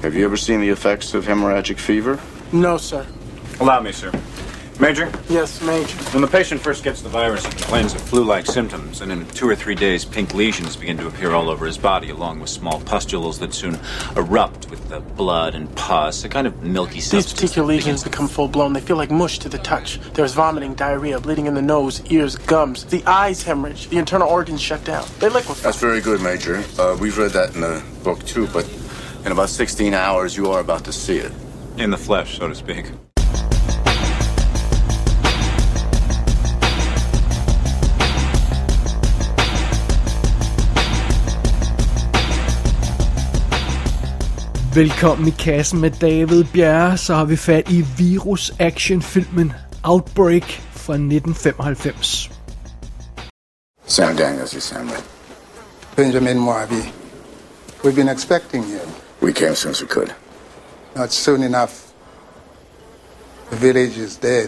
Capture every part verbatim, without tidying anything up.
Have you ever seen the effects of hemorrhagic fever? No, sir. Allow me, sir. Major? Yes, Major. When the patient first gets the virus, he complains of flu-like symptoms, and in two or three days, pink lesions begin to appear all over his body, along with small pustules that soon erupt with the blood and pus, a kind of milky substance. These particular lesions become full-blown. They feel like mush to the touch. There's vomiting, diarrhea, bleeding in the nose, ears, gums. The eyes hemorrhage. The internal organs shut down. They liquefy. That's very good, Major. Uh, we've read that in the book, too, but in about sixteen hours, you are about to see it. In the flesh, so to speak. Velkommen i kassen med David Bjerre, så har vi fat i virus-action-filmen Outbreak fra nitten femoghalvfems. Sam Daniels is Sam Red. Benjamin Moabi, we've been expecting you. We came as soon as we could. Not soon enough. The village is dead.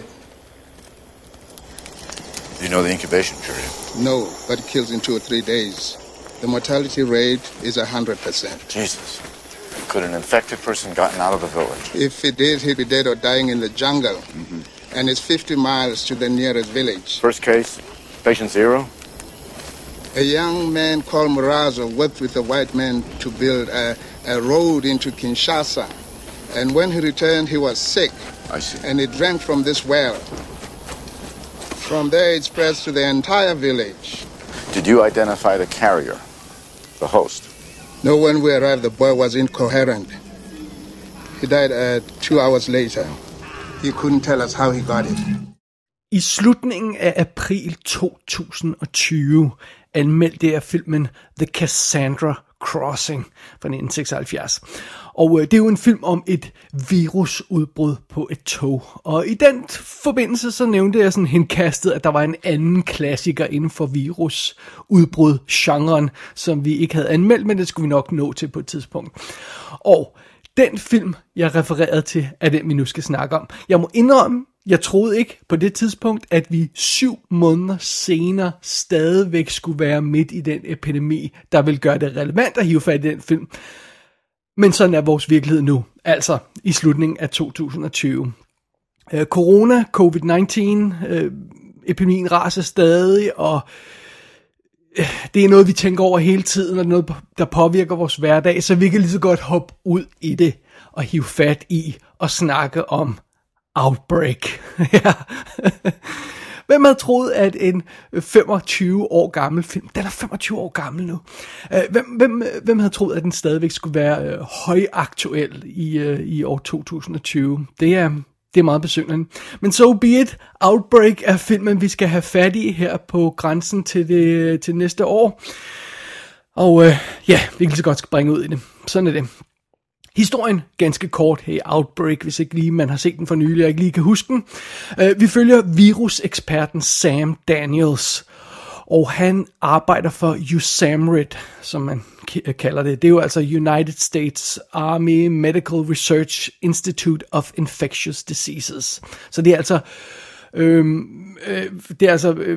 You know the incubation period? No, but it kills in two or three days. The mortality rate is one hundred percent. Jesus. Could an infected person gotten out of the village? If he did, he'd be dead or dying in the jungle. Mm-hmm. And it's fifty miles to the nearest village. First case, patient zero? A young man called Murazo worked with the white men to build a, a road into Kinshasa. And when he returned, he was sick. I see. And he drank from this well. From there, it spreads to the entire village. Did you identify the carrier, the host? No, when we arrived, the boy was incoherent. He died uh, two hours later. He couldn't tell us how he got it. I slutningen af april to tusind og tyve anmeldte jeg filmen The Cassandra Crossing fra nitten seksoghalvfjerds. Og øh, det er jo en film om et virusudbrud på et tog. Og i den forbindelse så nævnte jeg sådan henkastet, at der var en anden klassiker inden for virusudbrud-genren, som vi ikke havde anmeldt, men det skulle vi nok nå til på et tidspunkt. Og den film, jeg refererede til, er den, vi nu skal snakke om. Jeg må indrømme, jeg troede ikke på det tidspunkt, at vi syv måneder senere stadigvæk skulle være midt i den epidemi, der vil gøre det relevant at hive fat i den film. Men sådan er vores virkelighed nu, altså i slutningen af to tusind og tyve. Øh, corona, covid nitten, øh, epidemien raser stadig, og øh, det er noget, vi tænker over hele tiden, og noget, der påvirker vores hverdag, så vi kan lige så godt hoppe ud i det og hive fat i og snakke om Outbreak. Ja. Hvem havde troet, at en femogtyve år gammel film, den er femogtyve år gammel nu, hvem, hvem, hvem havde troet, at den stadigvæk skulle være øh, højaktuel i, øh, i år to tusind og tyve? Det er, det er meget besynderligt. Men so be it. Outbreak er filmen, vi skal have fat i her på grænsen til, det, til næste år. Og øh, ja, vi kan så godt springe ud i det. Sådan er det. Historien, ganske kort her i Outbreak, hvis ikke lige man har set den for nylig og ikke lige kan huske den. Uh, vi følger viruseksperten Sam Daniels, og han arbejder for U S A M R I D, som man k- kalder det. Det er jo altså United States Army Medical Research Institute of Infectious Diseases. Så det er altså, øh, øh, det er altså øh,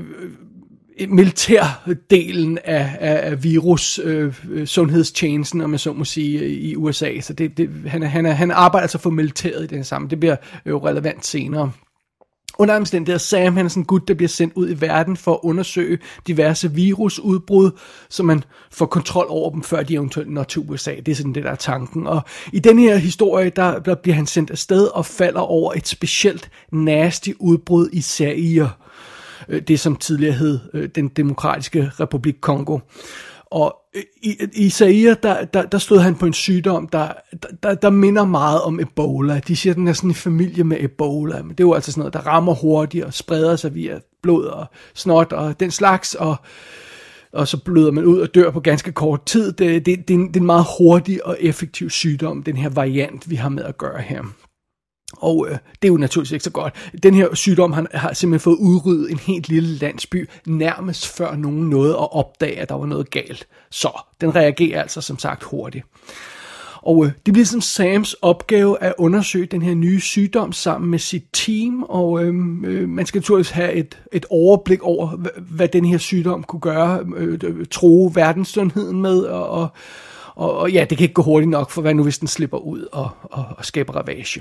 militærdelen af, af, af virus øh, sundhedstjenesten, om jeg så må sige, i U S A. Så det, det, han, han, han arbejder altså for militæret i den sammen. Det bliver jo relevant senere. Under omstændigheder, Sam, han er sådan en gut, der bliver sendt ud i verden for at undersøge diverse virusudbrud, så man får kontrol over dem, før de eventuelt når til U S A. Det er sådan det, der er tanken. Og i den her historie, der, der bliver han sendt afsted og falder over et specielt nasty udbrud i Zaire. Det som tidligere hed den demokratiske republik Kongo. Og i, i Zaire, der, der, der stod han på en sygdom, der, der, der minder meget om Ebola. De siger, at den er sådan i familie med Ebola, men det er jo altså sådan noget, der rammer hurtigt og spreder sig via blod og snot og den slags, og, og så bløder man ud og dør på ganske kort tid. Det, det, det, er en, det er en meget hurtig og effektiv sygdom, den her variant, vi har med at gøre her. Og øh, det er jo naturligvis ikke så godt. Den her sygdom han har simpelthen fået udryddet en helt lille landsby, nærmest før nogen nåede at opdage, at der var noget galt. Så den reagerer altså som sagt hurtigt. Og øh, det bliver som Sams opgave at undersøge den her nye sygdom sammen med sit team, og øh, øh, man skal naturligvis have et, et overblik over, hvad, hvad den her sygdom kunne gøre, øh, true verdenssundheden med, og, og og, og ja, det kan ikke gå hurtigt nok, for hvad nu hvis den slipper ud og, og, og skaber ravage.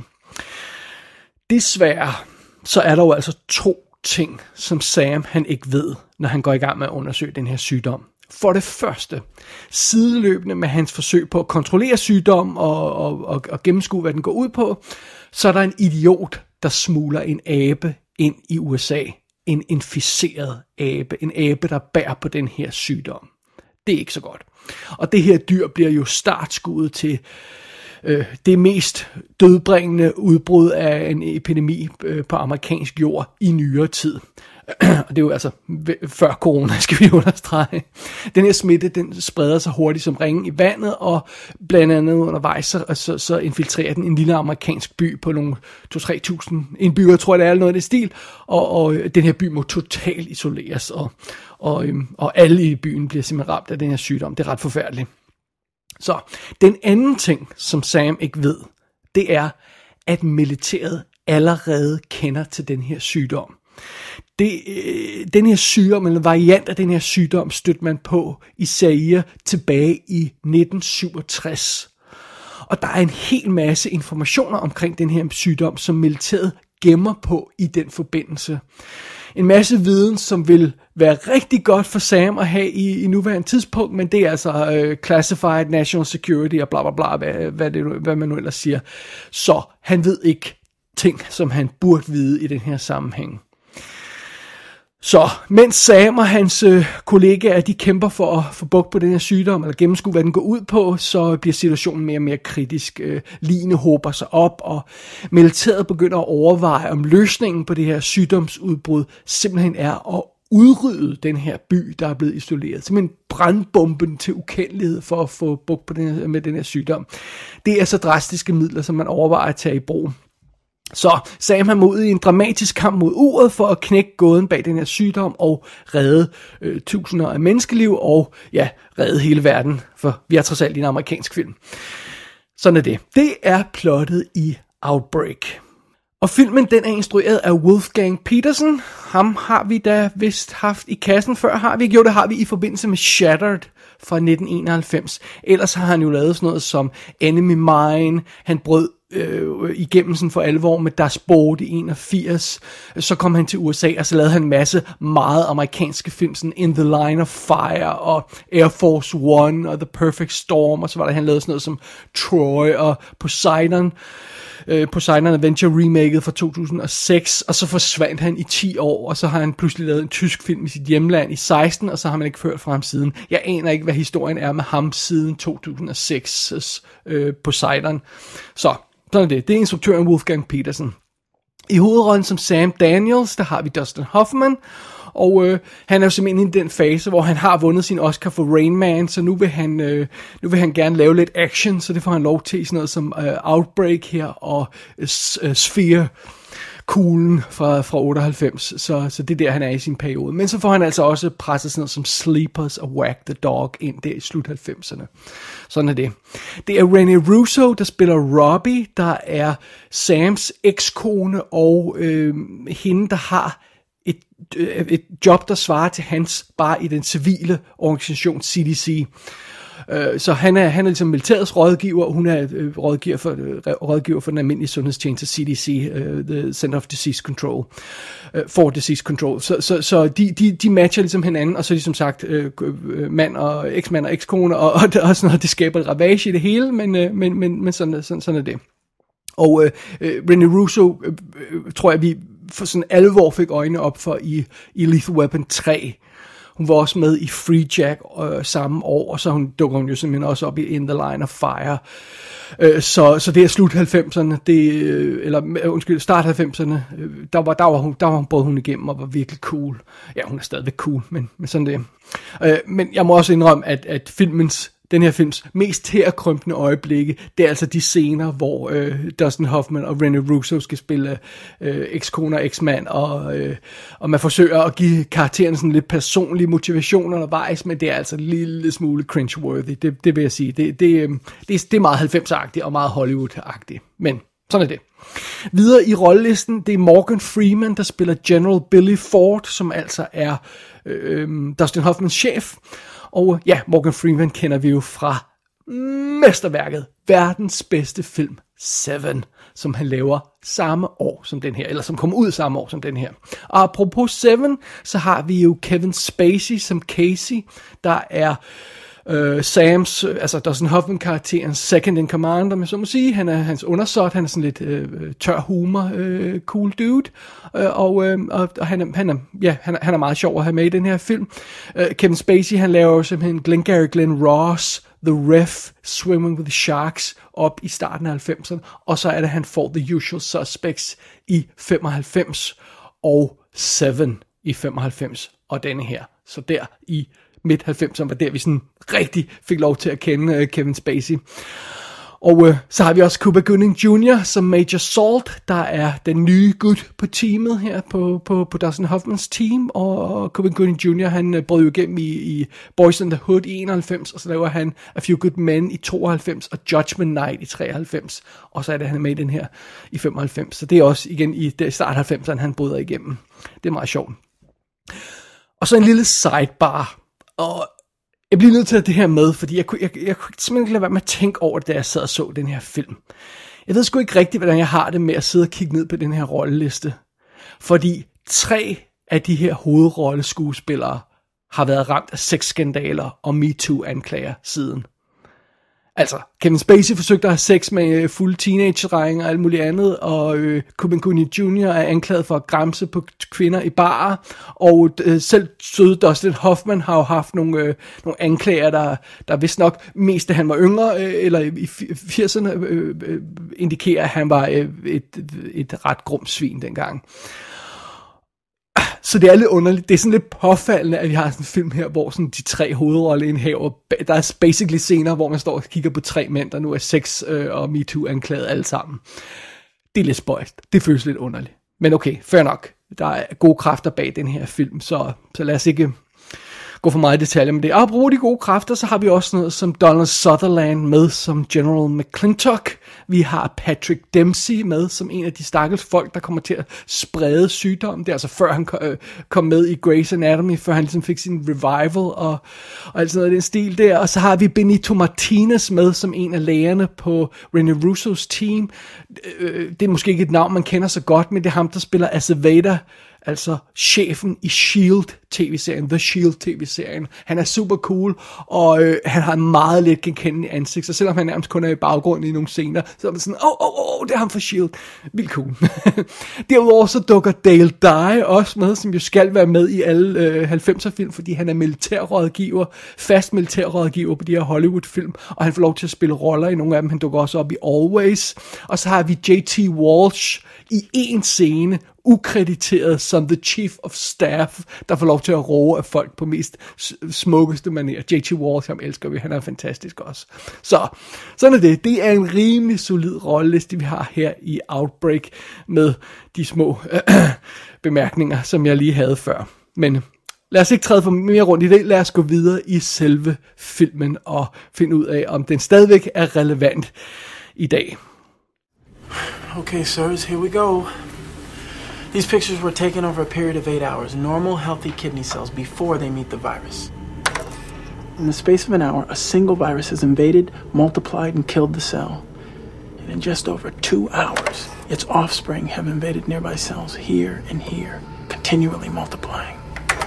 Desværre, så er der jo altså to ting, som Sam han ikke ved, når han går i gang med at undersøge den her sygdom. For det første, sideløbende med hans forsøg på at kontrollere sygdom og, og, og, og gennemskue, hvad den går ud på, så er der en idiot, der smugler en abe ind i U S A. En inficeret abe. En abe, der bærer på den her sygdom. Det er ikke så godt. Og det her dyr bliver jo startskuddet til øh, det mest dødbringende udbrud af en epidemi øh, på amerikansk jord i nyere tid. Og det er jo altså før corona, skal vi understrege. Den her smitte, den spreder sig hurtigt som ringen i vandet, og blandt andet undervejs, så, så, så infiltrerer den en lille amerikansk by på nogle to til tre tusind indbyggere, tror jeg det er, noget af det stil, og, og den her by må totalt isoleres, og, og, og alle i byen bliver simpelthen ramt af den her sygdom. Det er ret forfærdeligt. Så den anden ting, som Sam ikke ved, det er, at militæret allerede kender til den her sygdom. Det, øh, den her sygdom, eller en variant af den her sygdom, stødte man på i Zaire tilbage i nitten syvogtres. Og der er en hel masse informationer omkring den her sygdom, som militæret gemmer på i den forbindelse. En masse viden, som vil være rigtig godt for Sam at have i, i nuværende tidspunkt, men det er altså øh, classified national security og bla bla bla, hvad, hvad, det, hvad man nu ellers siger. Så han ved ikke ting, som han burde vide i den her sammenhæng. Så mens Sam og hans øh, kollegaer, de kæmper for at få bugt på den her sygdom, eller gennemskue, hvad den går ud på, så bliver situationen mere og mere kritisk. Øh, ligene hober sig op, og militæret begynder at overveje, om løsningen på det her sygdomsudbrud simpelthen er at udrydde den her by, der er blevet isoleret. Simpelthen brandbomben til ukendelighed for at få bugt på den her, med den her sygdom. Det er så drastiske midler, som man overvejer at tage i brug. Så Sam har mod i en dramatisk kamp mod uret for at knække gåden bag den her sygdom og redde øh, tusinder af menneskeliv og ja, redde hele verden, for vi er trods alt i en amerikansk film. Sådan er det. Det er plottet i Outbreak. Og filmen, den er instrueret af Wolfgang Petersen. Ham har vi da vist haft i kassen før, har vi ikke? Jo, det har vi i forbindelse med Shattered fra nitten enoghalvfems. Ellers har han jo lavet sådan noget som Enemy Mine. Han brød øh, igennem sådan for alvor med Das Boot i enogfirs. Så kom han til U S A, og så lavede han en masse meget amerikanske film, sådan In the Line of Fire og Air Force One og The Perfect Storm. Og så var der, han lavede sådan noget som Troy og Poseidon. Uh, Poseidon Adventure remaket fra to tusind og seks, og så forsvandt han i ti år, og så har han pludselig lavet en tysk film i sit hjemland i seksten, og så har man ikke hørt fra ham siden. Jeg aner ikke, hvad historien er med ham siden to tusind og seks uh, Poseidon. Så, sådan er det. Det er instruktøren Wolfgang Petersen. I hovedrollen som Sam Daniels, der har vi Dustin Hoffman, og øh, han er jo simpelthen i den fase, hvor han har vundet sin Oscar for Rain Man, så nu vil han, øh, nu vil han gerne lave lidt action, så det får han lov til i sådan noget som øh, Outbreak her, og øh, Sphere, kuglen fra, fra otteoghalvfems, så, så det er der, han er i sin periode. Men så får han altså også presset sådan noget som Sleepers og Whack the Dog ind der i slut halvfemserne. Sådan er det. Det er Rene Russo, der spiller Robbie, der er Sams ekskone, og øh, hende, der har et, et job, der svarer til hans, bare i den civile organisation C D C. Så han er, han er ligesom militærets rådgiver, og hun er øh, rådgiver, for, øh, rådgiver for den almindelige sundhedstjeneste C D C, uh, the Center of Disease Control, uh, for Disease Control. Så, så, så de, de, de matcher ligesom hinanden, og så er de som sagt øh, mand og eksmand og ekskone, og, og, og sådan noget, det skaber et ravage i det hele, men, øh, men, men, men sådan, sådan, sådan er det. Og øh, Rene Russo, øh, øh, tror jeg, vi for sådan alvor fik øjnene op for i, i Lethal Weapon tre. Hun var også med i Free Jack øh, samme år, og så hun, dukker hun jo simpelthen også op i In the Line of Fire. Øh, så, så det er slut halvfemserne, det, øh, eller undskyld, start halvfemserne, øh, der, var, der, var hun, der var hun brød hun igennem og var virkelig cool. Ja, hun er stadigvæk cool, men, men sådan det. Øh, men jeg må også indrømme, at, at filmens den her films mest herkrømpende øjeblikke, det er altså de scener, hvor øh, Dustin Hoffman og Rene Russo skal spille øh, ekskone og eksmand, og, øh, og man forsøger at give karakteren sådan lidt personlig motivation undervejs, men det er altså en lille smule cringe-worthy, det, det vil jeg sige. Det, det, øh, det, det er meget halvfemsagtigt og meget Hollywood-agtigt, men sådan er det. Videre i rollelisten, det er Morgan Freeman, der spiller General Billy Ford, som altså er øh, Dustin Hoffmans chef. Og ja, Morgan Freeman kender vi jo fra mesterværket, verdens bedste film, Seven, som han laver samme år som den her, eller som kommer ud samme år som den her. Og apropos Seven, så har vi jo Kevin Spacey som Casey, der er øh, Sams, altså Dustin Hoffman-karakterens second in command, om jeg så må sige. Han er hans undersåt, han er sådan lidt øh, tør humor, øh, cool dude, øh, og, øh, og, og han, er, han, er, ja, han, er, han er meget sjov at have med i den her film. Øh, Kevin Spacey, han laver jo simpelthen Glengarry Glen Ross, The Ref, Swimming with the Sharks op i starten af halvfemserne, og så er det, han får The Usual Suspects i femoghalvfems, og Seven i femoghalvfems, og denne her. Så der i midt halvfemserne var der, vi sådan rigtig fik lov til at kende uh, Kevin Spacey. Og uh, så har vi også Cuba Gooding junior som Major Salt, der er den nye gut på teamet her på, på, på Dustin Hoffmans team, og Cuba Gooding junior han uh, brød jo igennem i, i Boys in the Hood i enoghalvfems, og så laver han A Few Good Men i tooghalvfems, og Judgment Night i treoghalvfems, og så er det, han er med i den her i femoghalvfems, så det er også igen i det start af halvfemserne, han bryder igennem. Det er meget sjovt. Og så en lille sidebar, og jeg bliver nødt til at det her med, fordi jeg kunne, jeg, jeg kunne simpelthen ikke lade være med at tænke over det, da jeg sad og så den her film. Jeg ved sgu ikke rigtigt, hvordan jeg har det med at sidde og kigge ned på den her rolleliste. Fordi tre af de her hovedrolleskuespillere har været ramt af sexskandaler og MeToo-anklager siden. Altså, Kevin Spacey forsøgte at have sex med fulde teenage-drenge og alt muligt andet, og øh, Cuba Gooding junior er anklaget for at gramse på kvinder i barer, og øh, selv søde Dustin Hoffman har jo haft nogle, øh, nogle anklager, der, der vist nok mest, da han var yngre, øh, eller i firserne, øh, øh, indikerer, at han var øh, et, et ret grumt svin dengang. Så det er lidt underligt. Det er sådan lidt påfaldende, at vi har sådan en film her, hvor sådan de tre hovedrolleindhaver, der er basically scener, hvor man står og kigger på tre mænd, der nu er sex øh, og MeToo anklaget alle sammen. Det er lidt spøjst. Det føles lidt underligt. Men okay, fair nok. Der er gode kræfter bag den her film, så, så lad os ikke gå for meget i detaljer med det. Og apropos de gode kræfter, så har vi også noget som Donald Sutherland med som General McClintock. Vi har Patrick Dempsey med som en af de stakkels folk, der kommer til at sprede sygdom. Det er altså før han kom med i Grey's Anatomy, før han ligesom fik sin revival og, og alt sådan noget i den stil der. Og så har vi Benito Martinez med som en af lægerne på Rene Russos team. Det er måske ikke et navn, man kender så godt, men det er ham, der spiller Azaveda, altså chefen i Shield-tv-serien, The Shield-tv-serien. Han er super cool, og øh, han har en meget let genkendelig ansigt, så selvom han nærmest kun er i baggrunden i nogle scener, så er man sådan, åh, åh, åh, det er ham fra Shield. Vildt cool. Derudover så dukker Dale Dye også med, som jo skal være med i alle øh, halvfemser-film, fordi han er militærrådgiver, fast militærrådgiver på de her Hollywood-film, og han får lov til at spille roller i nogle af dem. Han dukker også op i Always. Og så har vi J T Walsh i en scene, ukrediteret som the chief of staff, der får lov til at roe af folk på mest smukkeste manér. J T Walsh, ham elsker vi, han er fantastisk også. Så, sådan er det. Det er en rimelig solid rolleliste, vi har her i Outbreak, med de små øh, bemærkninger, som jeg lige havde før. Men lad os ikke træde for mere rundt i det. Lad os gå videre i selve filmen og finde ud af, om den stadigvæk er relevant i dag. Okay, sirs, here we go. These pictures were taken over a period of eight hours, normal, healthy kidney cells before they meet the virus. In the space of an hour, a single virus has invaded, multiplied, and killed the cell. And in just over two hours, its offspring have invaded nearby cells here and here, continually multiplying.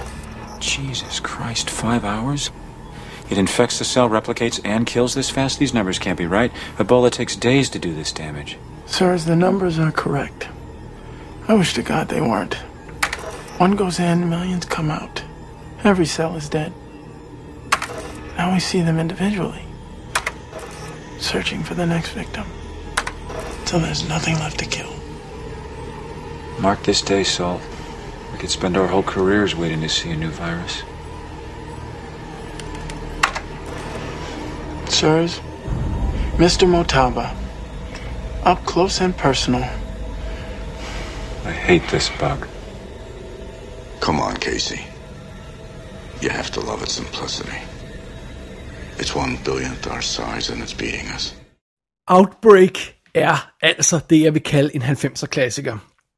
Jesus Christ, five hours? It infects the cell, replicates, and kills this fast? These numbers can't be right. Ebola takes days to do this damage. Sirs, the numbers are correct. I wish to God they weren't. One goes in, millions come out. Every cell is dead. Now we see them individually, searching for the next victim, till there's nothing left to kill. Mark this day, Saul. We could spend our whole careers waiting to see a new virus. Sirs, Mister Motaba, up close and personal. I hate this bug. Come on, Casey. You have to love its simplicity. It's one billionth our size and it's beating us. Outbreak er altså det, jeg vil kalde en halvfemser-klassiker.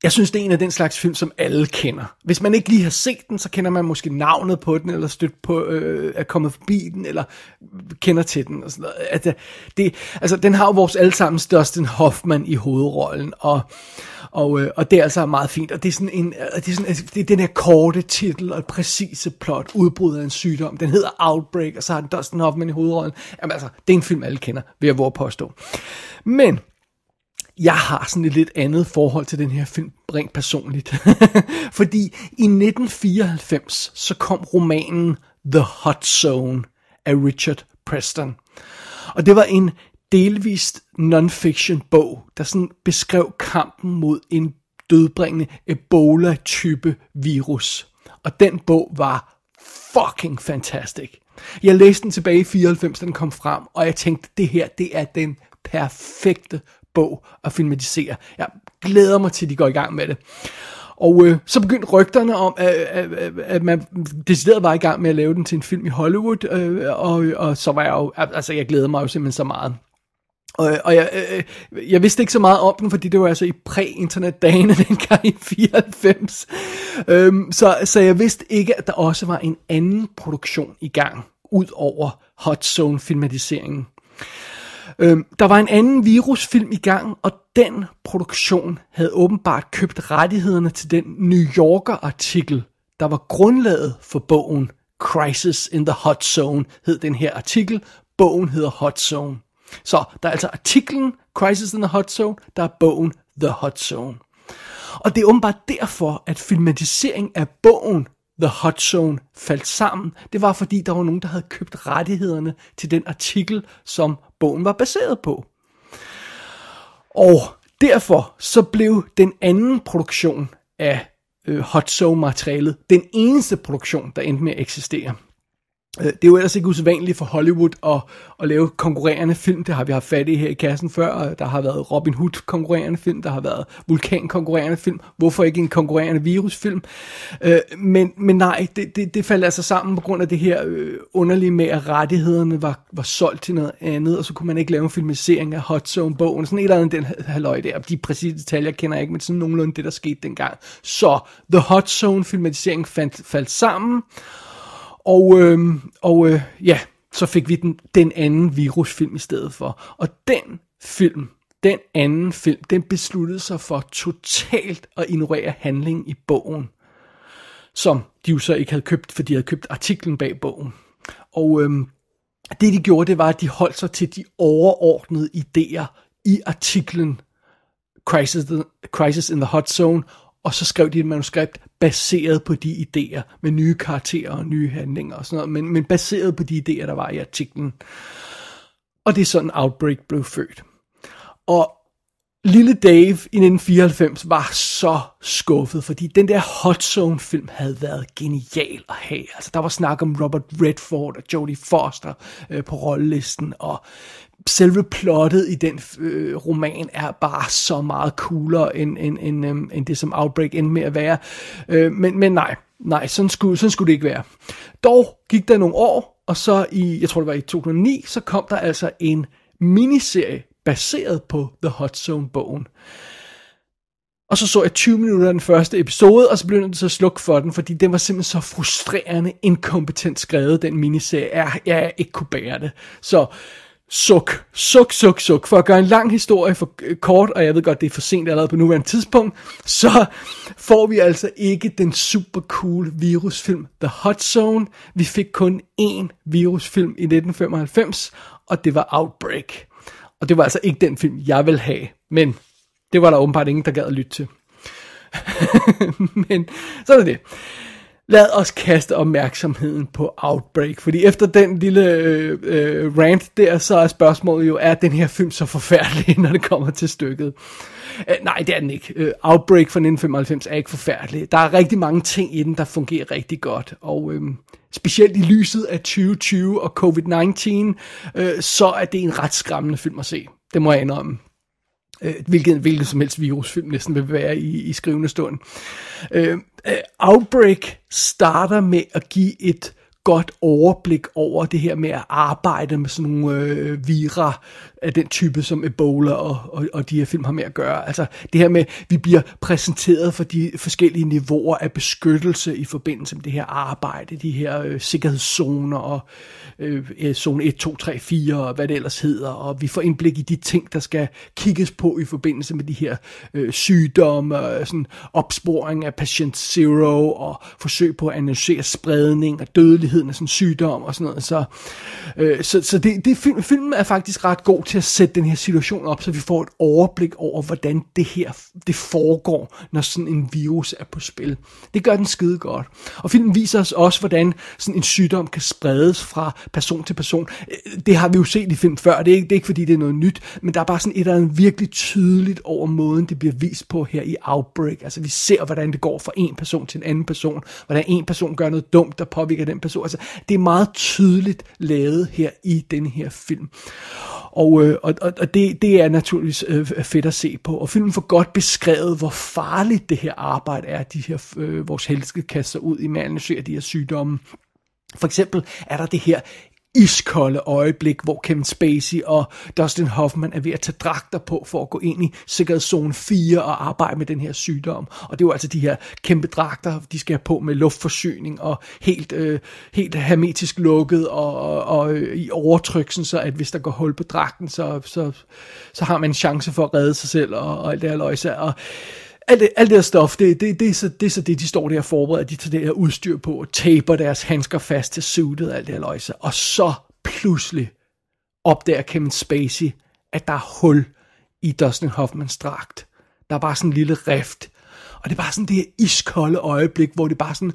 jeg synes, det er en af den slags film, som alle kender. Hvis man ikke lige har set den, så kender man måske navnet på den, eller stødt på, øh, er kommet forbi den, eller kender til den. Og sådan noget. Altså, det, altså, den har jo vores allesammens Dustin Hoffman i hovedrollen, og, og, øh, og det er altså meget fint. Og det er sådan en, det er, sådan, altså, det er den her korte titel og et præcise plot, udbrud af en sygdom. Den hedder Outbreak, og så har den Dustin Hoffman i hovedrollen. Jamen altså, det er en film, alle kender, vil jeg våge påstå. Men jeg har sådan et lidt andet forhold til den her film, rent personligt. Fordi i nitten fireoghalvfems, så kom romanen The Hot Zone af Richard Preston. Og det var en delvist non-fiction bog, der sådan beskrev kampen mod en dødbringende Ebola-type virus. Og den bog var fucking fantastic. Jeg læste den tilbage i fireoghalvfems, da den kom frem, og jeg tænkte, det her, det er den perfekte bog at filmatisere. Jeg glæder mig til, at de går i gang med det. Og øh, så begyndte rygterne om, at, at, at man decideret var i gang med at lave den til en film i Hollywood, øh, og, og så var jeg jo, altså jeg glæder mig jo simpelthen så meget. Og, og jeg, øh, jeg vidste ikke så meget om den, fordi det var altså i præ-internetdagene dengang i fireoghalvfems. Øhm, så, så jeg vidste ikke, at der også var en anden produktion i gang, ud over Hot Zone-filmatiseringen. Øhm, der var en anden virusfilm i gang, og den produktion havde åbenbart købt rettighederne til den New Yorker-artikel, der var grundlaget for bogen Crisis in the Hot Zone, hed den her artikel. Bogen hedder Hot Zone. Så der er altså artiklen Crisis in the Hot Zone, der er bogen The Hot Zone. Og det er åbenbart derfor, at filmatisering af bogen The Hot Zone faldt sammen. Det var fordi, der var nogen, der havde købt rettighederne til den artikel, som bogen var baseret på. Og derfor så blev den anden produktion af øh, Hot Zone-materialet den eneste produktion, der endte med at eksistere. Det er jo ellers ikke usædvanligt for Hollywood at, at lave konkurrerende film. Det har vi haft fat i her i kassen før. Der har været Robin Hood konkurrerende film. Der har været Vulkan konkurrerende film. Hvorfor ikke en konkurrerende virusfilm? Men, men nej, det, det, det faldt altså sammen på grund af det her underlige med, at rettighederne var, var solgt til noget andet, og så kunne man ikke lave en filmatisering af Hot Zone-bogen. Sådan et eller andet den halløj der. De præcise detaljer kender jeg ikke, men sådan nogenlunde det, der skete dengang. Så The Hot Zone-filmatisering faldt, faldt sammen. Og, øh, og øh, ja, så fik vi den, den anden virusfilm i stedet for. Og den film, den anden film, den besluttede sig for totalt at ignorere handlingen i bogen. Som de jo så ikke havde købt, fordi de havde købt artiklen bag bogen. Og øh, det de gjorde, det var, at de holdt sig til de overordnede idéer i artiklen Crisis, Crisis in the Hot Zone. Og så skrev de et manuskript baseret på de idéer, med nye karakterer og nye handlinger og sådan noget, men, men baseret på de idéer, der var i artiklen. Og det er sådan, Outbreak blev født. Og lille Dave i nitten fireoghalvfems var så skuffet, fordi den der Hot Zone-film havde været genial at have. Altså, der var snak om Robert Redford og Jodie Foster øh, på rollelisten, og selve plottet i den øh, roman er bare så meget coolere end, end, end, øh, end det, som Outbreak endte med at være. Øh, men, men nej, nej sådan, skulle, sådan skulle det ikke være. Dog gik der nogle år, og så i, jeg tror det var i to tusind og ni, så kom der altså en miniserie baseret på The Hot Zone-bogen. Og så så jeg tyve minutter af den første episode, og så blev jeg så slukke for den, fordi den var simpelthen så frustrerende, inkompetent skrevet, den miniserie. Jeg, jeg ikke kunne bære det. Så suk, suk, suk, suk. For at gøre en lang historie for kort, og jeg ved godt, det er for sent allerede på nuværende tidspunkt, så får vi altså ikke den super cool virusfilm The Hot Zone. Vi fik kun én virusfilm i nitten femoghalvfems, og det var Outbreak. Og det var altså ikke den film, jeg ville have. Men det var der åbenbart ingen, der gad at lytte til. Men så er det. Lad os kaste opmærksomheden på Outbreak. Fordi efter den lille øh, øh, rant der, så er spørgsmålet jo, er den her film så forfærdelig, når det kommer til stykket? Uh, nej, det er den ikke. Uh, Outbreak fra nitten femoghalvfems er ikke forfærdelig. Der er rigtig mange ting i den, der fungerer rigtig godt. Og øh, specielt i lyset af tyve tyve og covid nitten, øh, så er det en ret skræmmende film at se. Det må jeg indrømme. Øh, hvilket, hvilket som helst virusfilm næsten vil være i, i skrivende stund. Øh, øh, Outbreak starter med at give et godt overblik over det her med at arbejde med sådan nogle øh, vira, af den type, som Ebola og, og, og de her film har med at gøre. Altså det her med, vi bliver præsenteret for de forskellige niveauer af beskyttelse i forbindelse med det her arbejde, de her øh, sikkerhedszoner og øh, zone et, to, tre, fire og hvad det ellers hedder, og vi får indblik i de ting, der skal kigges på i forbindelse med de her øh, sygdomme, og sådan opsporing af patient zero og forsøg på at analysere spredning og dødeligheden af sådan sygdom og sådan noget. Så, øh, så, så det, det film, filmen er faktisk ret god til at sætte den her situation op, så vi får et overblik over, hvordan det her det foregår, når sådan en virus er på spil. Det gør den skide godt. Og filmen viser os også, hvordan sådan en sygdom kan spredes fra person til person. Det har vi jo set i film før. Det er ikke, det er ikke fordi, det er noget nyt, men der er bare sådan et eller andet virkelig tydeligt over måden, det bliver vist på her i Outbreak. Altså vi ser, hvordan det går fra en person til en anden person, hvordan en person gør noget dumt, der påvirker den person. Altså det er meget tydeligt lavet her i den her film. Og, øh, og, og det, det er naturligvis øh, fedt at se på. Og filmen får godt beskrevet, hvor farligt det her arbejde er, de her, øh, vores helte skal kaste sig ud i med at analysere de her sygdomme. For eksempel er der det her iskolde øjeblik, hvor Kevin Spacey og Dustin Hoffman er ved at tage dragter på for at gå ind i sikkerhedszone fire og arbejde med den her sygdom. Og det er jo altså de her kæmpe dragter, de skal have på med luftforsyning og helt, øh, helt hermetisk lukket og, og, og øh, i overtryksen, så at hvis der går hul på dragten, så, så, så har man en chance for at redde sig selv og, og alt det her løjse. Og Alt det, alt det her stof, det, det, det, er så, det er så det, de står der og forbereder, de tager det her udstyr på, og taper deres handsker fast til suitet og alt det her løjse. Og så pludselig opdager Kevin Spacey, at der er hul i Dustin Hoffmans dragt. Der er bare sådan en lille rift. Og det er bare sådan det her iskolde øjeblik, hvor det bare sådan,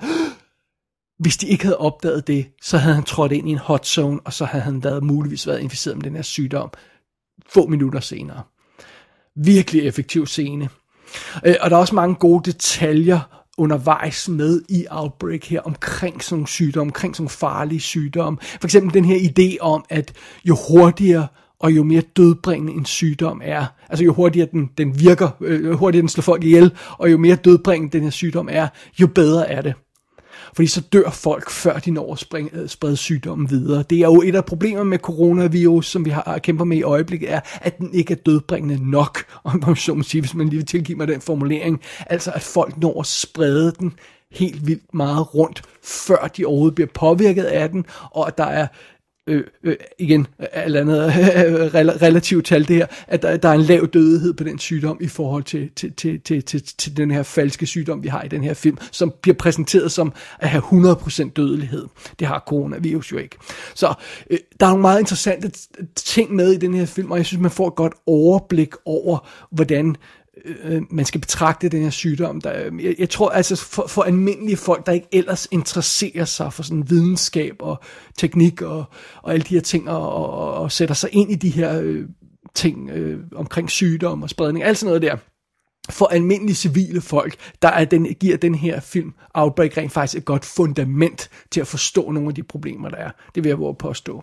hvis de ikke havde opdaget det, så havde han trådt ind i en hot zone, og så havde han været, muligvis været inficeret med den her sygdom få minutter senere. Virkelig effektiv scene. Og der er også mange gode detaljer undervejs med i Outbreak her, omkring sådan nogle sygdomme, omkring sådan nogle farlige sygdomme. For eksempel den her idé om, at jo hurtigere og jo mere dødbringende en sygdom er, altså jo hurtigere den, den virker, jo hurtigere den slår folk ihjel, og jo mere dødbringende den her sygdom er, jo bedre er det. Fordi så dør folk, før de når at sprede sygdommen videre. Det er jo et af problemerne med coronavirus, som vi har kæmper med i øjeblikket, er, at den ikke er dødbringende nok, om man så må sige, hvis man lige vil tilgive mig den formulering. Altså at folk når at sprede den helt vildt meget rundt, før de overhovedet bliver påvirket af den, og at der er Øh, øh, igen, alt andet relativt tal det her, at der, der er en lav dødelighed på den sygdom i forhold til, til, til, til, til, til den her falske sygdom, vi har i den her film, som bliver præsenteret som at have hundrede procent dødelighed. Det har coronavirus jo ikke. Så øh, der er nogle meget interessante ting med i den her film, og jeg synes, man får et godt overblik over, hvordan man skal betragte den her sygdom. Der, jeg, jeg tror altså for, for almindelige folk, der ikke ellers interesserer sig for sådan videnskab og teknik og, og alle de her ting, og, og, og sætter sig ind i de her øh, ting øh, omkring sygdom og spredning, alt sådan noget der. For almindelige civile folk, der er den, giver den her film Outbreak rent faktisk et godt fundament til at forstå nogle af de problemer, der er. Det vil jeg våge påstå.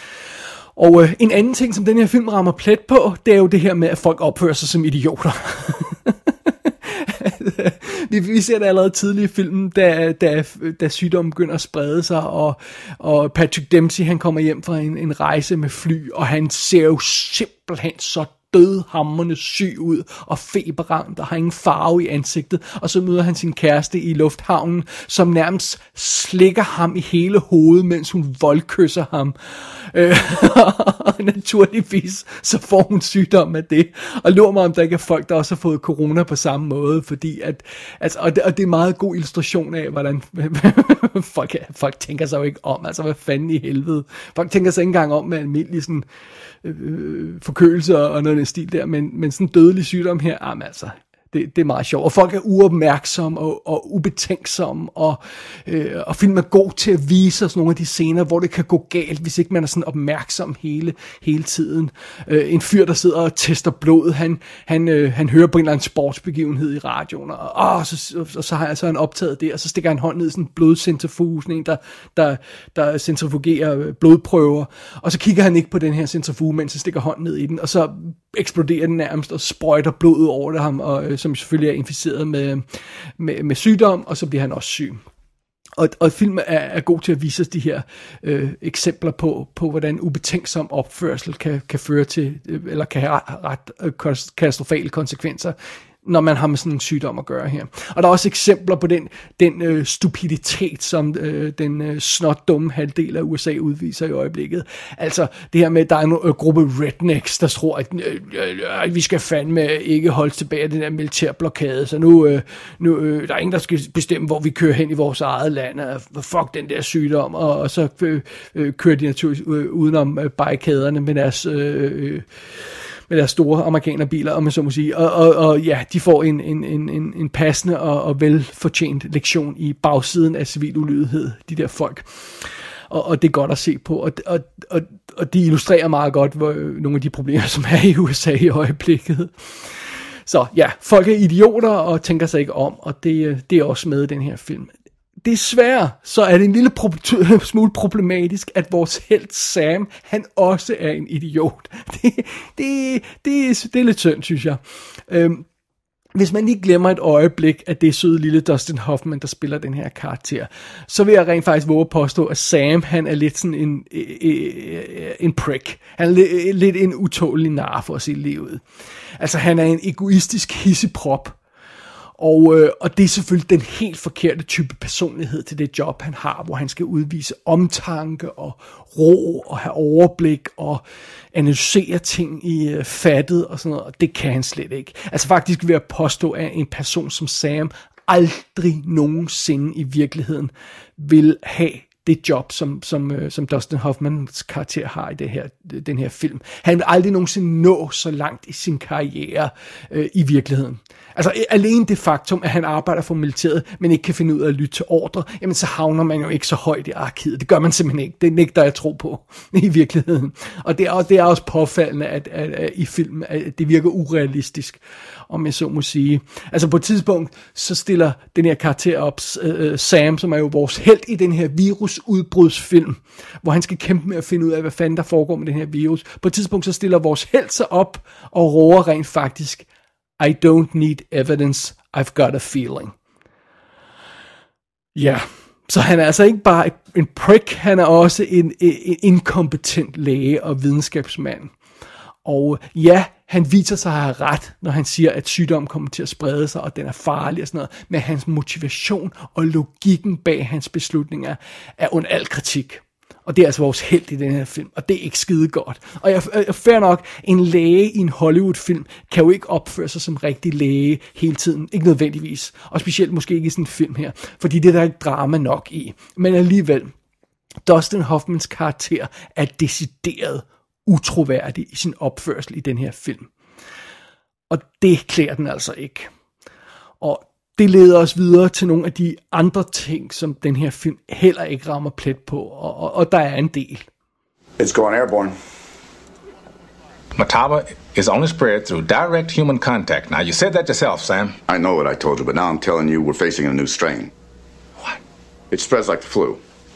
Og øh, en anden ting, som den her film rammer plet på, det er jo det her med, at folk opfører sig som idioter. vi, vi ser det allerede tidligt i filmen, da, da, da sygdommen begynder at sprede sig, og, og Patrick Dempsey, han kommer hjem fra en, en rejse med fly, og han ser jo simpelthen så dødhamrende syg ud, og feberramt, og har ingen farve i ansigtet, og så møder han sin kæreste i lufthavnen, som nærmest slikker ham i hele hovedet, mens hun voldkysser ham. Øh, og naturligvis, så får hun sygdom af det, og lurer mig, om der ikke er folk, der også har fået corona på samme måde, fordi at, altså, og det, og det er en meget god illustration af, hvordan folk, folk tænker sig jo ikke om, altså hvad fanden i helvede. Folk tænker sig ikke engang om med almindelig sådan øh, forkølelse og noget af den stil der, men, men sådan en dødelig sygdom her, jamen altså, det, det er meget sjovt. Og folk er uopmærksomme og, og ubetænksomme, og, øh, og filmen er god til at vise os nogle af de scener, hvor det kan gå galt, hvis ikke man er sådan opmærksom hele, hele tiden. Øh, en fyr, der sidder og tester blod, han, han, øh, han hører på en eller anden sportsbegivenhed i radioen, og, og så, så, så har jeg så han optaget det, og så stikker han hånden ned i sådan en blodcentrifuge, sådan en, der, der, der centrifugerer blodprøver, og så kigger han ikke på den her centrifuge, mens han stikker hånden ned i den, og så eksploderer den nærmest og sprøjter blod over det ham, og, øh, som selvfølgelig er inficeret med, med, med sygdom, og så bliver han også syg. Og, og filmen er, er god til at vise os de her øh, eksempler på, på, hvordan ubetænksom opførsel kan, kan føre til, øh, eller kan have ret, ret øh, katastrofale konsekvenser, når man har med sådan en sygdom at gøre her. Og der er også eksempler på den, den øh, stupiditet, som øh, den øh, snot dumme halvdel af U S A udviser i øjeblikket. Altså det her med, at der er en øh, gruppe rednecks, der tror, at øh, øh, vi skal fandme ikke holde tilbage af den der militærblokade, så nu, øh, nu øh, der er ingen, der skal bestemme, hvor vi kører hen i vores eget land, og fuck den der sygdom, og, og så øh, øh, kører de naturligvis øh, udenom øh, barrikaderne med deres... Øh, øh, med deres store amerikanerbiler, om man så må sige. Og, og, og ja, de får en, en, en, en passende og, og velfortjent lektion i bagsiden af civil ulydighed, de der folk. Og, og det er godt at se på. Og, og, og, og de illustrerer meget godt hvor, nogle af de problemer, som er i U S A i øjeblikket. Så ja, folk er idioter og tænker sig ikke om, og det, det er også med i den her film. Desværre, så er det en lille pro- smule problematisk, at vores helt Sam, han også er en idiot. Det, det, det, det er lidt synd, synes jeg. Øhm, hvis man lige glemmer et øjeblik, at det er søde lille Dustin Hoffman, der spiller den her karakter, så vil jeg rent faktisk våge at påstå, at Sam, han er lidt sådan en, en prick. Han er lidt, lidt en utålig nar for at se livet. Altså, han er en egoistisk hisseprop. Og, øh, og det er selvfølgelig den helt forkerte type personlighed til det job, han har, hvor han skal udvise omtanke og ro og have overblik og analysere ting i øh, fattet og sådan noget, og det kan han slet ikke. Altså faktisk vil jeg påstå, at en person som Sam aldrig nogensinde i virkeligheden vil have det job, som, som, øh, som Dustin Hoffmans karakter har i det her, den her film. Han vil aldrig nogensinde nå så langt i sin karriere øh, i virkeligheden. Altså alene det faktum, at han arbejder for militæret, men ikke kan finde ud af at lytte til ordre, jamen så havner man jo ikke så højt i arkivet. Det gør man simpelthen ikke. Det nægter jeg tro på i virkeligheden. Og det er, det er også påfaldende, at, at, at i filmen, at det virker urealistisk, om jeg så må sige. Altså på et tidspunkt, så stiller den her karakter op, uh, Sam, som er jo vores helt i den her virusudbrudsfilm, hvor han skal kæmpe med at finde ud af, hvad fanden der foregår med den her virus. På et tidspunkt, så stiller vores helt sig op og råber rent faktisk, I don't need evidence, I've got a feeling. Ja, så han er altså ikke bare en prick, han er også en, en inkompetent læge og videnskabsmand. Og ja, han viser sig at have ret, når han siger, at sygdommen kommer til at sprede sig, og den er farlig og sådan noget. Men hans motivation og logikken bag hans beslutninger er under al kritik. Og det er altså vores helt i den her film, og det er ikke skide godt. Og jeg, jeg fair nok, en læge i en Hollywood-film kan jo ikke opføre sig som rigtig læge hele tiden. Ikke nødvendigvis. Og specielt måske ikke i sådan en film her, fordi det er der ikke drama nok i. Men alligevel, Dustin Hoffmans karakter er decideret utroværdig i sin opførsel i den her film. Og det klæder den altså ikke. Og det leder os videre til nogle af de andre ting, som den her film heller ikke rammer plet på, og, og, og der er en del. It's going airborne. Mataba is only spread through direct human contact. Now, you said that yourself, Sam. I know what I told you, but now I'm telling you we're facing a new strain. What? It spreads like the flu.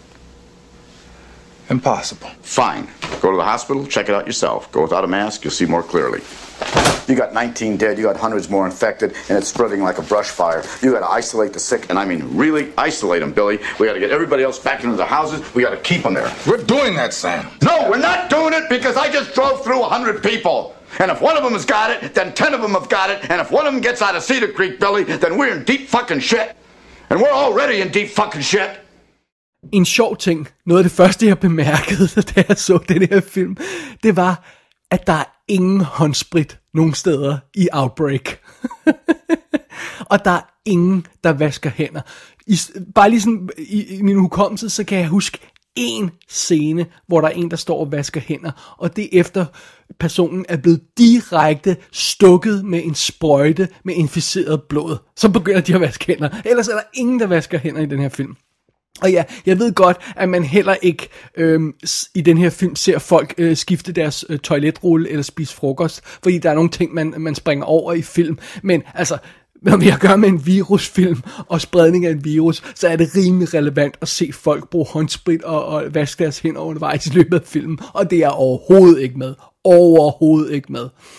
Impossible. Fine. Go to the hospital, check it out yourself. Go without a mask, you'll see more clearly. You got nineteen dead, you got hundreds more infected, and it's spreading like a brush fire. You gotta isolate the sick, and I mean really isolate them, Billy. We gotta get everybody else back into the houses. We gotta keep them there. We're doing that, Sam. No, we're not doing it because I just drove through a hundred people. And if one of them has got it, then ten of them have got it. And if one of them gets out of Cedar Creek, Billy, then we're in deep fucking shit. And we're already in deep fucking shit. En sjov ting, noget af det første, jeg bemærkede, da jeg så den her film, det var, at der er ingen håndsprit nogen steder i Outbreak. Og der er ingen, der vasker hænder. I, bare lige sådan, i, i min hukommelse, så kan jeg huske en scene, hvor der er en, der står og vasker hænder, og det efter personen er blevet direkte stukket med en sprøjte med inficeret blod. Så begynder de at vaske hænder. Ellers er der ingen, der vasker hænder i den her film. Og ja, jeg ved godt, at man heller ikke øhm, i den her film ser folk øh, skifte deres øh, toiletrulle eller spise frokost, fordi der er nogle ting, man, man springer over i film. Men altså, når vi har at gøre med en virusfilm og spredning af en virus, så er det rimelig relevant at se folk bruge håndsprit og, og vaske deres hænder undervejs i løbet af filmen. Og det er overhovedet ikke med. Overhovedet ikke med.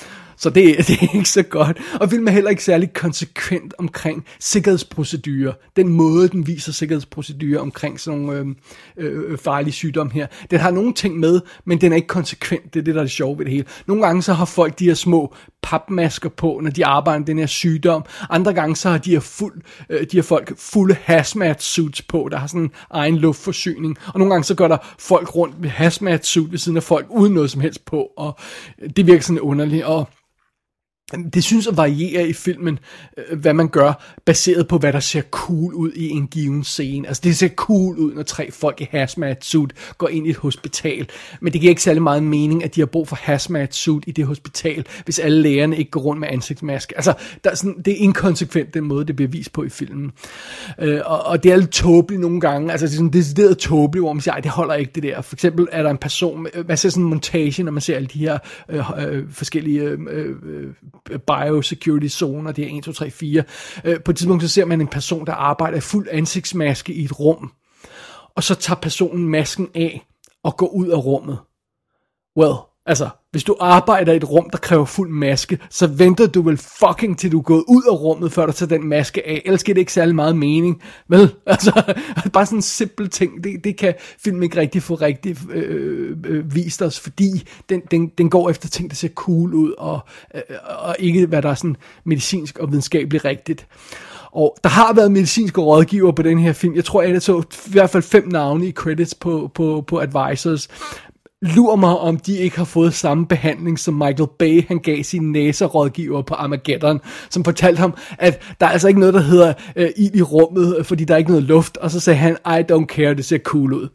Så det, det er ikke så godt. Og filmen er heller ikke særlig konsekvent omkring sikkerhedsprocedurer. Den måde, den viser sikkerhedsprocedurer omkring sådan nogle øh, øh, farlige sygdomme her. Den har nogle ting med, men den er ikke konsekvent. Det er det, der er det sjove ved det hele. Nogle gange så har folk de her små papmasker på, når de arbejder med den her sygdom. Andre gange så har de her, fuld, øh, de her folk fulde hazmat suits på, der har sådan en egen luftforsyning. Og nogle gange så går der folk rundt med hazmat suit ved siden af folk uden noget som helst på. Og det virker sådan underligt. Og det synes at variere i filmen, hvad man gør, baseret på, hvad der ser cool ud i en given scene. Altså, det ser cool ud, når tre folk i hazmat suit går ind i et hospital. Men det giver ikke særlig meget mening, at de har brug for hazmat suit i det hospital, hvis alle lægerne ikke går rundt med ansigtsmaske. Altså, der er sådan, det er inkonsekvent, den måde, det bliver vist på i filmen. Øh, og, og det er lidt tåbeligt nogle gange. Altså, det er sådan decideret tåbeligt, hvor man siger, ej, det holder ikke det der. For eksempel er der en person, man ser sådan en montage, når man ser alle de her øh, øh, forskellige øh, øh, biosecurity zoner, det er en, to, tre, fire. Øh, på et tidspunkt så ser man en person, der arbejder i fuld ansigtsmaske i et rum, og så tager personen masken af og går ud af rummet. Well, altså, hvis du arbejder i et rum, der kræver fuld maske, så venter du vel fucking til du er gået ud af rummet, før du tager den maske af. Ellers giver det ikke særlig meget mening. Vel, altså, bare sådan en simpel ting, det, det kan filmen ikke rigtig få rigtig øh, øh, vist os, fordi den, den, den går efter ting, der ser cool ud, og, øh, og ikke hvad der er sådan medicinsk og videnskabeligt rigtigt. Og der har været medicinske rådgiver på den her film. Jeg tror, jeg så i hvert fald fem navne i credits på, på, på advisors. Lur mig, om de ikke har fået samme behandling, som Michael Bay, han gav sine næserådgiver på Armageddon, som fortalte ham, at der er altså ikke noget, der hedder øh, ild i rummet, fordi der er ikke noget luft, og så sagde han, I don't care, det ser cool ud.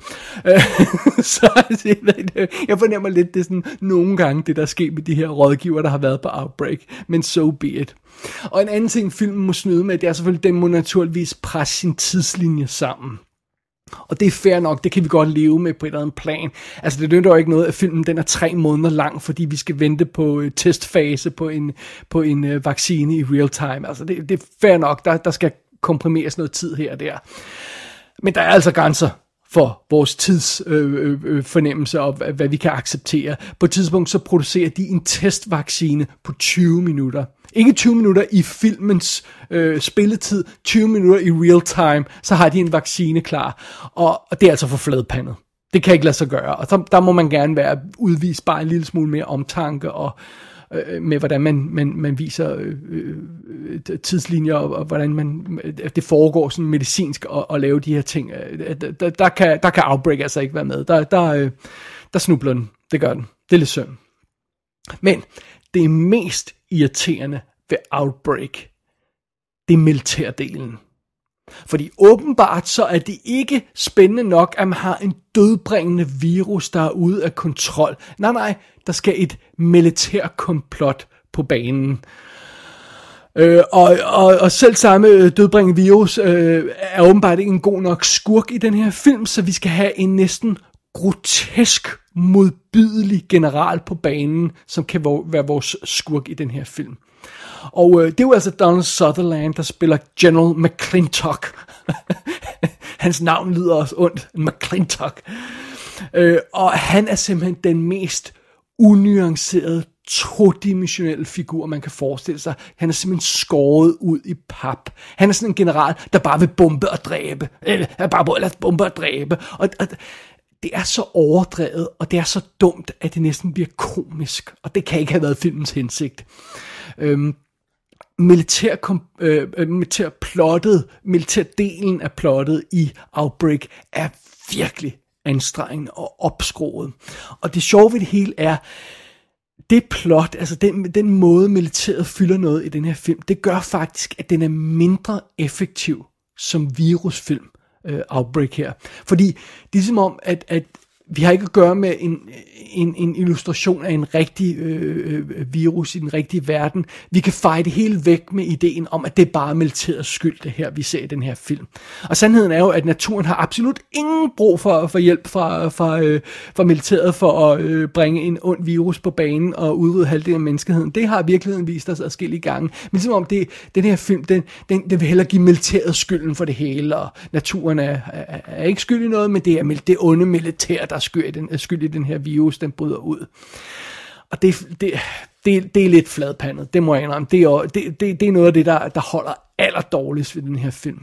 Så jeg fornemmer lidt, det er sådan nogle gange, det der sker med de her rådgiver, der har været på Outbreak, men so be it. Og en anden ting, filmen må snyde med, det er selvfølgelig, den må naturligvis presse sin tidslinje sammen. Og det er fair nok, det kan vi godt leve med på et eller andet plan. Altså det nytter jo ikke noget, at filmen den er tre måneder lang, fordi vi skal vente på uh, testfase på en, på en uh, vaccine i real time. Altså det, det er fair nok, der, der skal komprimeres noget tid her og der. Men der er altså grænser for vores tidsfornemmelse øh, øh, og hvad vi kan acceptere. På et tidspunkt så producerer de en testvaccine på tyve minutter. Ikke tyve minutter i filmens øh, spilletid, tyve minutter i real time, så har de en vaccine klar. Og, og det er altså for fladpandet. Det kan ikke lade sig gøre. Og der, der må man gerne være udvist bare en lille smule mere omtanke og øh, med hvordan man, man, man viser øh, øh, tidslinjer og, og hvordan man, det foregår sådan medicinsk at, at lave de her ting. Der, der, der, kan, der kan Outbreak altså ikke være med. Der, der, øh, der snubler den. Det gør den. Det er lidt synd. Men det er mest irriterende ved Outbreak, det er militærdelen. Fordi åbenbart så er det ikke spændende nok, at man har en dødbringende virus, der er ude af kontrol. Nej, nej, der skal et militærkomplot på banen. Øh, og, og, og selv samme dødbringende virus øh, er åbenbart ikke en god nok skurk i den her film, så vi skal have en næsten grotesk, modbydelig general på banen, som kan være vores skurk i den her film. Og øh, det er jo altså Donald Sutherland, der spiller General McClintock. Hans navn lyder også ondt, McClintock. Øh, og han er simpelthen den mest unuancerede, todimensionelle figur, man kan forestille sig. Han er simpelthen skåret ud i pap. Han er sådan en general, der bare vil bombe og dræbe. Øh, bare vil bombe og dræbe. Og, og det er så overdrevet, og det er så dumt, at det næsten bliver komisk. Og det kan ikke have været filmens hensigt. Øhm, militær, øh, militærplottet, militærdelen af plottet i Outbreak er virkelig anstrengende og opskruet. Og det sjove ved det hele er, det plot, altså den, den måde militæret fylder noget i den her film, det gør faktisk, at den er mindre effektiv som virusfilm. Uh, Outbreak her. Fordi det er som om, at, at vi har ikke at gøre med en, en, en illustration af en rigtig øh, virus i den rigtige verden. Vi kan feje det hele væk med ideen om, at det er bare militærets skyld, det her, vi ser i den her film. Og sandheden er jo, at naturen har absolut ingen brug for, for hjælp fra, fra, øh, fra militæret for at øh, bringe en ond virus på banen og udrydde halvdelen af menneskeheden. Det har virkeligheden vist os adskillige gange. Men som om det, den her film, den, den, den vil hellere give militæret skylden for det hele, og naturen er, er, er ikke skyld i noget, men det er det onde militær, der er skyld i den, skyld i den her virus, den bryder ud. Og det, det, det, det er lidt fladpandet, det må jeg indrømme. Det er, det, det, det er noget af det, der, der holder allerdårligst ved den her film.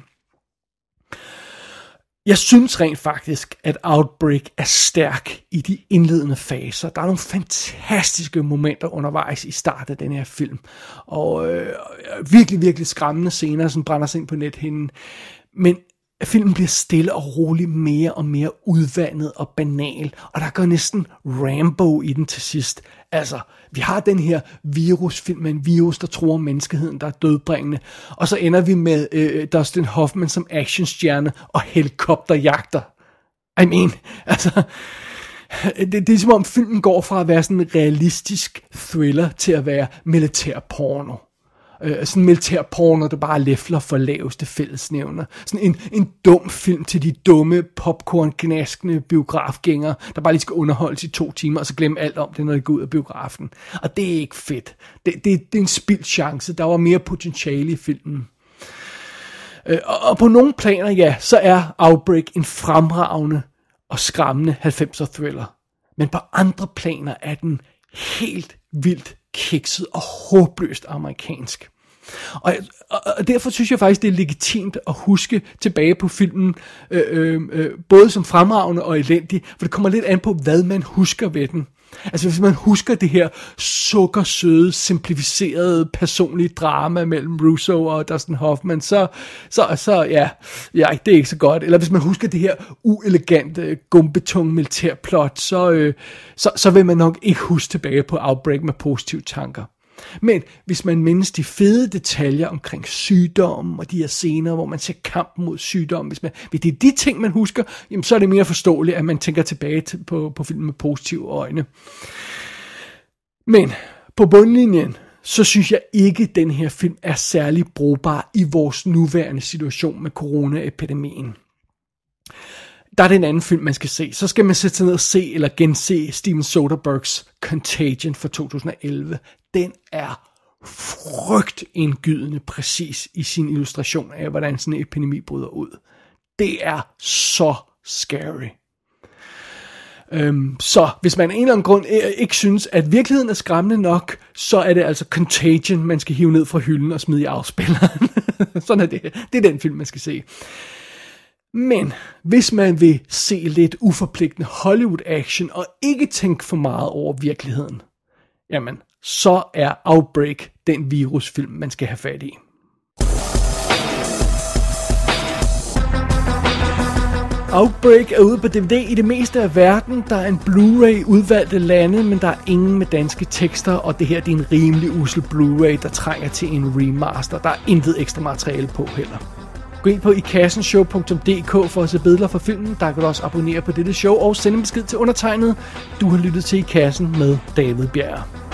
Jeg synes rent faktisk, at Outbreak er stærk i de indledende faser. Der er nogle fantastiske momenter undervejs i starten af den her film. Og øh, virkelig, virkelig skræmmende scener, som brænder sig ind på nethinden. Men filmen bliver stille og roligt mere og mere udvandet og banal. Og der går næsten Rambo i den til sidst. Altså, vi har den her virusfilm med en virus, der tror menneskeheden, der er dødbringende. Og så ender vi med øh, Dustin Hoffman som actionstjerne og helikopterjagter. I mean, altså... Det, det er som om filmen går fra at være sådan en realistisk thriller til at være militærporno. Øh, sådan en militærporno, der bare læfler for laveste fællesnævner. Sådan en, en dum film til de dumme, popcorn-gnaskende biografgængere, der bare lige skal underholdes i to timer, og så glemme alt om det, når de går ud af biografen. Og det er ikke fedt. Det, det, det er en spildt chance. Der var mere potentiale i filmen. Øh, og, og på nogle planer, ja, så er Outbreak en fremragende og skræmmende halvfemser thriller. Men på andre planer er den helt vildt kikset og håbløst amerikansk. Og, og, og derfor synes jeg faktisk, det er legitimt at huske tilbage på filmen, øh, øh, øh, både som fremragende og elendig, for det kommer lidt an på, hvad man husker ved den. Altså hvis man husker det her sukkersøde, simplificerede, personlige drama mellem Russo og Dustin Hoffman, så, så, så ja, ja, det er ikke så godt. Eller hvis man husker det her uelegante, gumbetunge militærplot, så, øh, så, så vil man nok ikke huske tilbage på Outbreak med positive tanker. Men hvis man mindes de fede detaljer omkring sygdommen og de her scener, hvor man ser kampen mod sygdommen, hvis, man, hvis det er de ting, man husker, jamen, så er det mere forståeligt, at man tænker tilbage til, på, på filmen med positive øjne. Men på bundlinjen, så synes jeg ikke, at den her film er særlig brugbar i vores nuværende situation med coronaepidemien. Der er det en anden film, man skal se. Så skal man sætte sig ned og se eller gense Steven Soderberghs Contagion fra to tusind og elleve. Den er frygtindgydende præcis i sin illustration af, hvordan sådan en epidemi bryder ud. Det er så scary. Øhm, så hvis man af en eller anden grund ikke synes, at virkeligheden er skræmmende nok, så er det altså Contagion, man skal hive ned fra hylden og smide i afspilleren. Sådan er det. Det er den film, man skal se. Men hvis man vil se lidt uforpligtende Hollywood-action og ikke tænke for meget over virkeligheden, jamen, så er Outbreak den virusfilm, man skal have fat i. Outbreak er ude på D V D i det meste af verden. Der er en Blu-ray udvalgte lande, men der er ingen med danske tekster, og det her det er en rimelig usel Blu-ray, der trænger til en remaster. Der er intet ekstra materiale på heller. Gå ind på i kassen show punktum d k for at se billeder fra filmen. Der kan du også abonnere på dette show og sende en besked til undertegnet. Du har lyttet til I Kassen med David Bjerg.